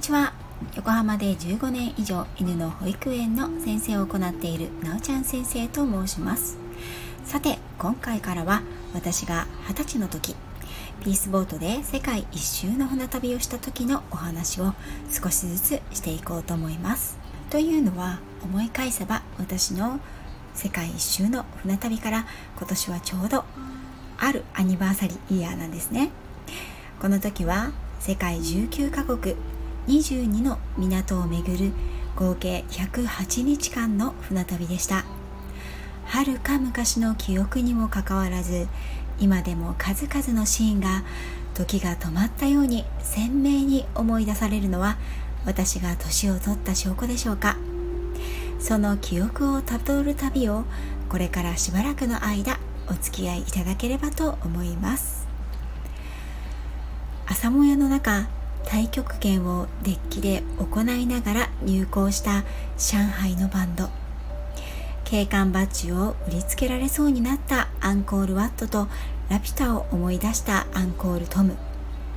ちは。横浜で15年以上犬の保育園の先生を行っているなおちゃん先生と申します。さて、今回からは私が20歳の時、ピースボートで世界一周の船旅をした時のお話を少しずつしていこうと思います。というのは、思い返せば私の世界一周の船旅から今年はちょうどあるアニバーサリーイヤーなんですね。この時は世界19カ国22の港を巡る合計108日間の船旅でした。はるか昔の記憶にもかかわらず、今でも数々のシーンが時が止まったように鮮明に思い出されるのは、私が年を取った証拠でしょうか。その記憶をたどる旅をこれからしばらくの間お付き合いいただければと思います。朝もやの中、太極拳をデッキで行いながら入港した上海のバンド、警官バッジを売りつけられそうになったアンコールワットとラピュタを思い出したアンコールトム。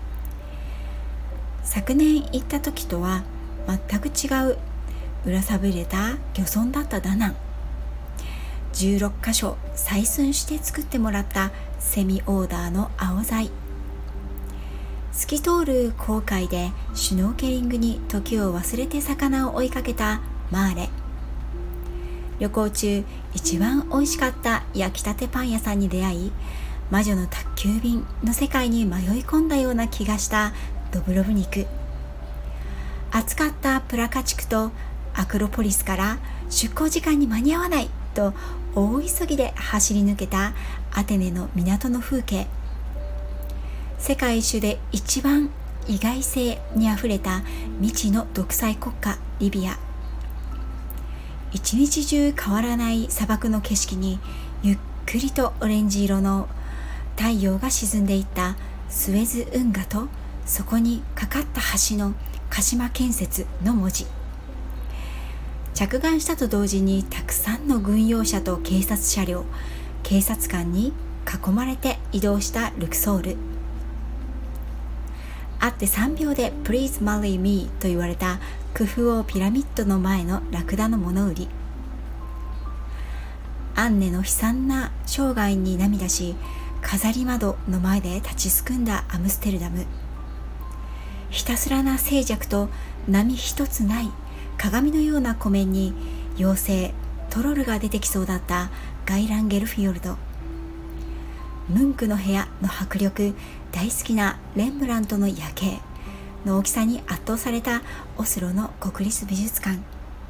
昨年行った時とは全く違う裏さぶれた漁村だったダナン。16カ所採寸して作ってもらったセミオーダーの青材。透き通る航海でシュノーケリングに時を忘れて魚を追いかけたマーレ。旅行中一番美味しかった焼きたてパン屋さんに出会い、魔女の宅急便の世界に迷い込んだような気がしたドブロブニク。暑かったプラカ地区とアクロポリスから出港時間に間に合わないと大急ぎで走り抜けたアテネの港の風景。世界一周で一番意外性にあふれた未知の独裁国家リビア。一日中変わらない砂漠の景色にゆっくりとオレンジ色の太陽が沈んでいったスエズ運河と、そこにかかった橋の鹿島建設の文字。着岸したと同時にたくさんの軍用車と警察車両、警察官に囲まれて移動したルクソール。会って3秒で Please marry me と言われたクフ王ピラミッドの前のラクダの物売り。アンネの悲惨な生涯に涙し、飾り窓の前で立ちすくんだアムステルダム。ひたすらな静寂と波一つない鏡のような湖面に妖精トロルが出てきそうだったガイランゲルフィヨルド。ムンクの部屋の迫力、大好きなレンブラントの夜景の大きさに圧倒されたオスロの国立美術館。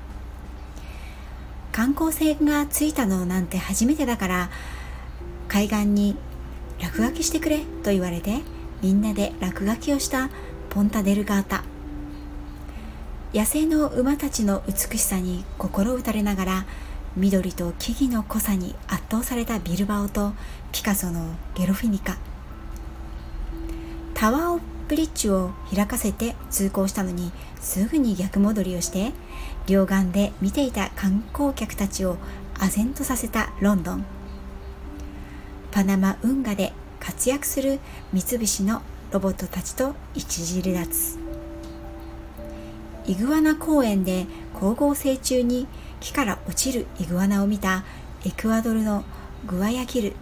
観光船が着いたのなんて初めてだから、海岸に落書きしてくれと言われて、みんなで落書きをしたポンタデルガータ。野生の馬たちの美しさに心打たれながら、緑と木々の濃さに圧倒されたビルバオとピカソのゲロフィニカ。タワーオブブリッジを開かせて通行したのに、すぐに逆戻りをして両岸で見ていた観光客たちを唖然とさせたロンドン。パナマ運河で活躍する三菱のロボットたちと一時離脱。イグアナ公園で光合成中に木から落ちるイグアナを見たエクアドルのグアヤキル。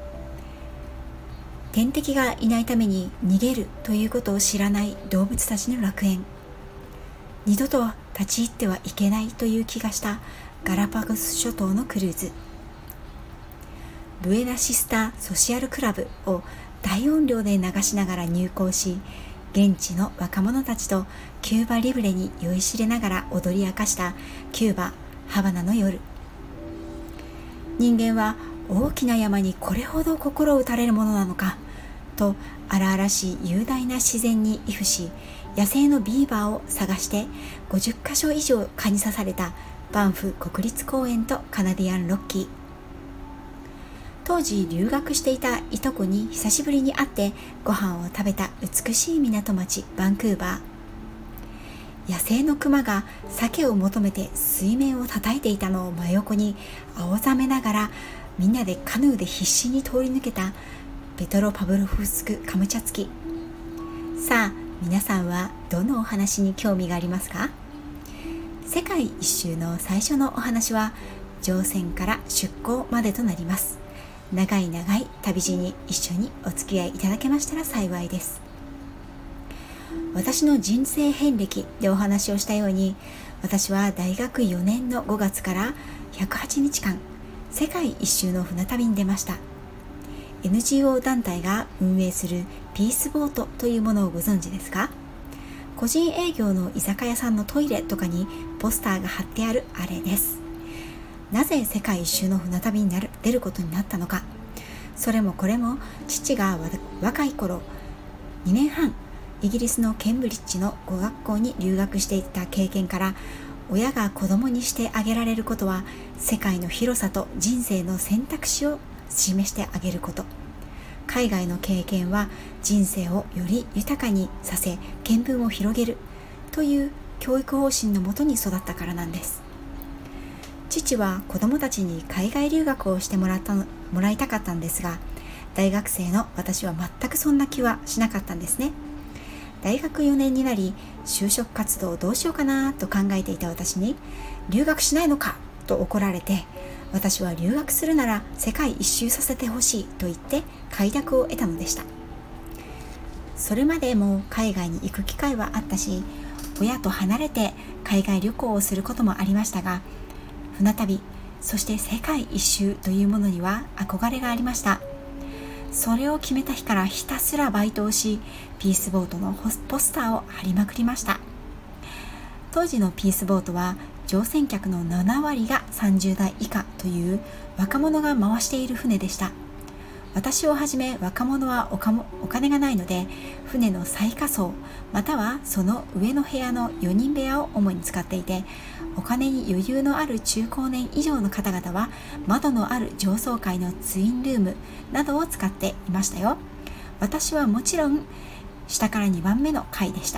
天敵がいないために逃げるということを知らない動物たちの楽園。二度と立ち入ってはいけないという気がしたガラパゴス諸島のクルーズ。ブエナシスタソシアルクラブを大音量で流しながら入港し、現地の若者たちとキューバリブレに酔いしれながら踊り明かしたキューバハバナの夜。人間は大きな山にこれほど心を打たれるものなのかと、荒々しい雄大な自然に畏怖し、野生のビーバーを探して50カ所以上蚊に刺されたバンフ国立公園とカナディアンロッキー。当時留学していたいとこに久しぶりに会ってご飯を食べた美しい港町バンクーバー。野生のクマが鮭を求めて水面を叩いていたのを真横に青ざめながら、みんなでカヌーで必死に通り抜けたペトロパブロフスクカムチャツキ。さあ皆さんはどのお話に興味がありますか？世界一周の最初のお話は乗船から出港までとなります。長い旅路に一緒にお付き合いいただけましたら幸いです。私の人生遍歴でお話をしたように、私は大学4年の5月から108日間世界一周の船旅に出ました。 NGO 団体が運営するピースボートというものをご存知ですか？個人営業の居酒屋さんのトイレとかにポスターが貼ってあるあれです。なぜ世界一周の船旅に出ることになったのか。それもこれも父が若い頃2年半イギリスのケンブリッジの語学校に留学していた経験から、親が子供にしてあげられることは世界の広さと人生の選択肢を示してあげること、海外の経験は人生をより豊かにさせ見聞を広げるという教育方針のもとに育ったからなんです。父は子供たちに海外留学をしてもらいたかったんですが、大学生の私は全くそんな気はしなかったんですね。大学4年になり、就職活動をどうしようかなと考えていた私に、留学しないのかと怒られて、私は留学するなら世界一周させてほしいと言って快諾を得たのでした。それまでも海外に行く機会はあったし、親と離れて海外旅行をすることもありましたが、船旅、そして世界一周というものには憧れがありました。それを決めた日からひたすらバイトをし、ピースボートのポスターを貼りまくりました。当時のピースボートは乗船客の7割が30代以下という若者が回している船でした。私をはじめ若者はお金がないので、船の最下層またはその上の部屋の4人部屋を主に使っていて、お金に余裕のある中高年以上の方々は窓のある上層階のツインルームなどを使っていましたよ。私はもちろん下から2番目の階でした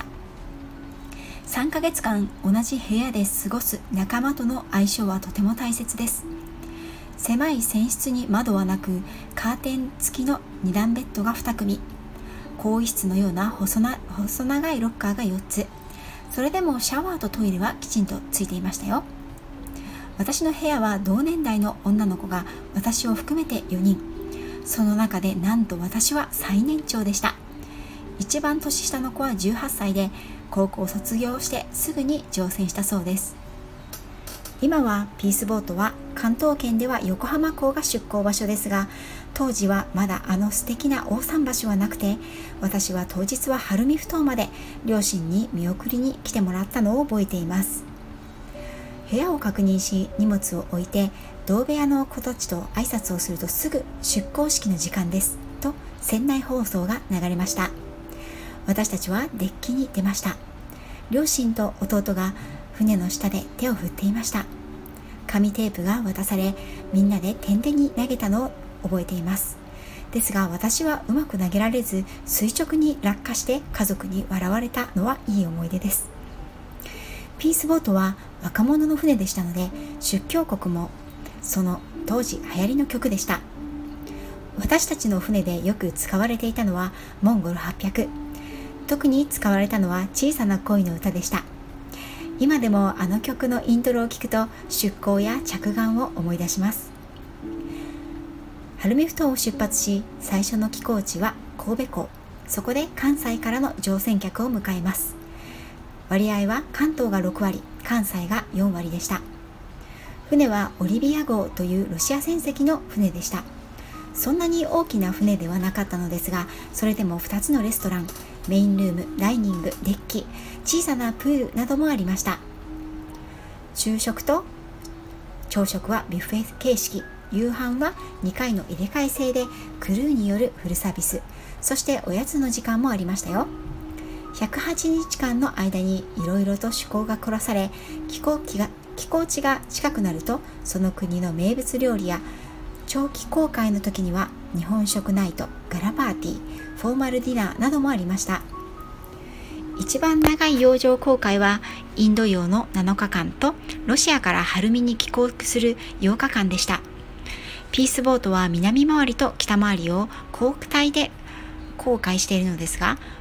。3ヶ月間同じ部屋で過ごす仲間との相性はとても大切です。狭い船室に窓はなく、カーテン付きの2段ベッドが2組、更衣室のような細長いロッカーが4つ、それでもシャワーとトイレはきちんとついていましたよ。私の部屋は同年代の女の子が私を含めて4人、その中でなんと私は最年長でした。一番年下の子は18歳で、高校を卒業してすぐに乗船したそうです。今はピースボートは関東圏では横浜港が出港場所ですが、当時はまだあの素敵な大桟橋はなくて、私は当日は晴海ふ頭まで両親に見送りに来てもらったのを覚えています。部屋を確認し、荷物を置いて同部屋の子たちと挨拶をすると、すぐ出港式の時間ですと船内放送が流れました。私たちはデッキに出ました。両親と弟が船の下で手を振っていました。紙テープが渡され、みんなで天でに投げたのを覚えています。ですが私はうまく投げられず、垂直に落下して家族に笑われたのはいい思い出です。ピースボートは若者の船でしたので、出教国もその当時流行りの曲でした。私たちの船でよく使われていたのはモンゴル800、特に使われたのは小さな恋の歌でした。今でもあの曲のイントロを聞くと出港や着岸を思い出します。晴海ふ頭を出発し、最初の寄港地は神戸港。そこで関西からの乗船客を迎えます。割合は関東が6割、関西が4割でした。船はオリビア号というロシア船籍の船でした。そんなに大きな船ではなかったのですが、それでも2つのレストラン、メインルーム、ダイニング、デッキ、小さなプールなどもありました。昼食と朝食はビュッフェ形式、夕飯は2回の入れ替え制でクルーによるフルサービス、そしておやつの時間もありましたよ。108日間の間にいろいろと趣向が凝らされ、寄港地が近くなるとその国の名物料理や、長期航海の時には日本食ナイト、ガラパーティー、フォーマルディナーなどもありました。一番長い洋上航海はインド洋の7日間とロシアから晴海に帰港する8日間でした。ピースボートは南回りと北回りを交代で航海しているのですが、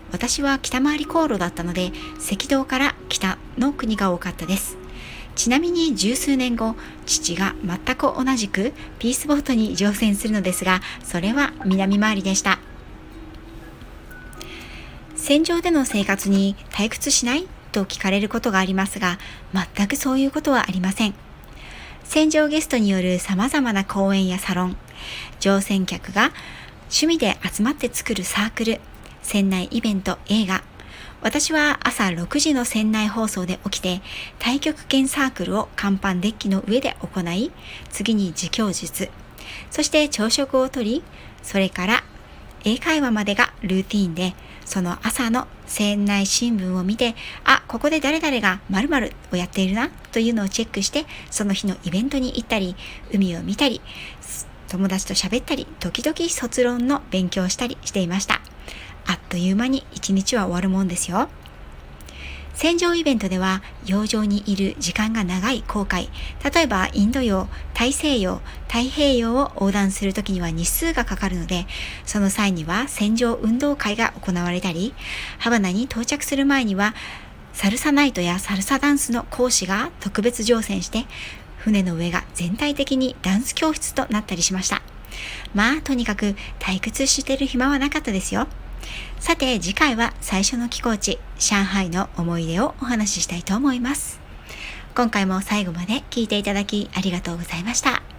私は北回り航路だったので、赤道から北の国が多かったです。ちなみに十数年後、父が全く同じくピースボートに乗船するのですが、それは南回りでした。船上での生活に退屈しないと聞かれることがありますが、全くそういうことはありません。船上ゲストによる様々な講演やサロン、乗船客が趣味で集まって作るサークル、船内イベント、映画。私は朝6時の船内放送で起きて、太極拳サークルを甲板デッキの上で行い、次に自供術、そして朝食をとり、それから英会話までがルーティーンで、その朝の船内新聞を見て、あ、ここで誰々が〇〇をやっているなというのをチェックして、その日のイベントに行ったり、海を見たり、友達と喋ったり、時々卒論の勉強をしたりしていました。あっという間に一日は終わるもんですよ。船上イベントでは洋上にいる時間が長い航海、例えばインド洋、大西洋、太平洋を横断するときには日数がかかるので、その際には船上運動会が行われたり、ハバナに到着する前にはサルサナイトやサルサダンスの講師が特別乗船して、船の上が全体的にダンス教室となったりしました。まあとにかく退屈してる暇はなかったですよ。さて次回は最初の寄港地、上海の思い出をお話ししたいと思います。今回も最後まで聞いていただきありがとうございました。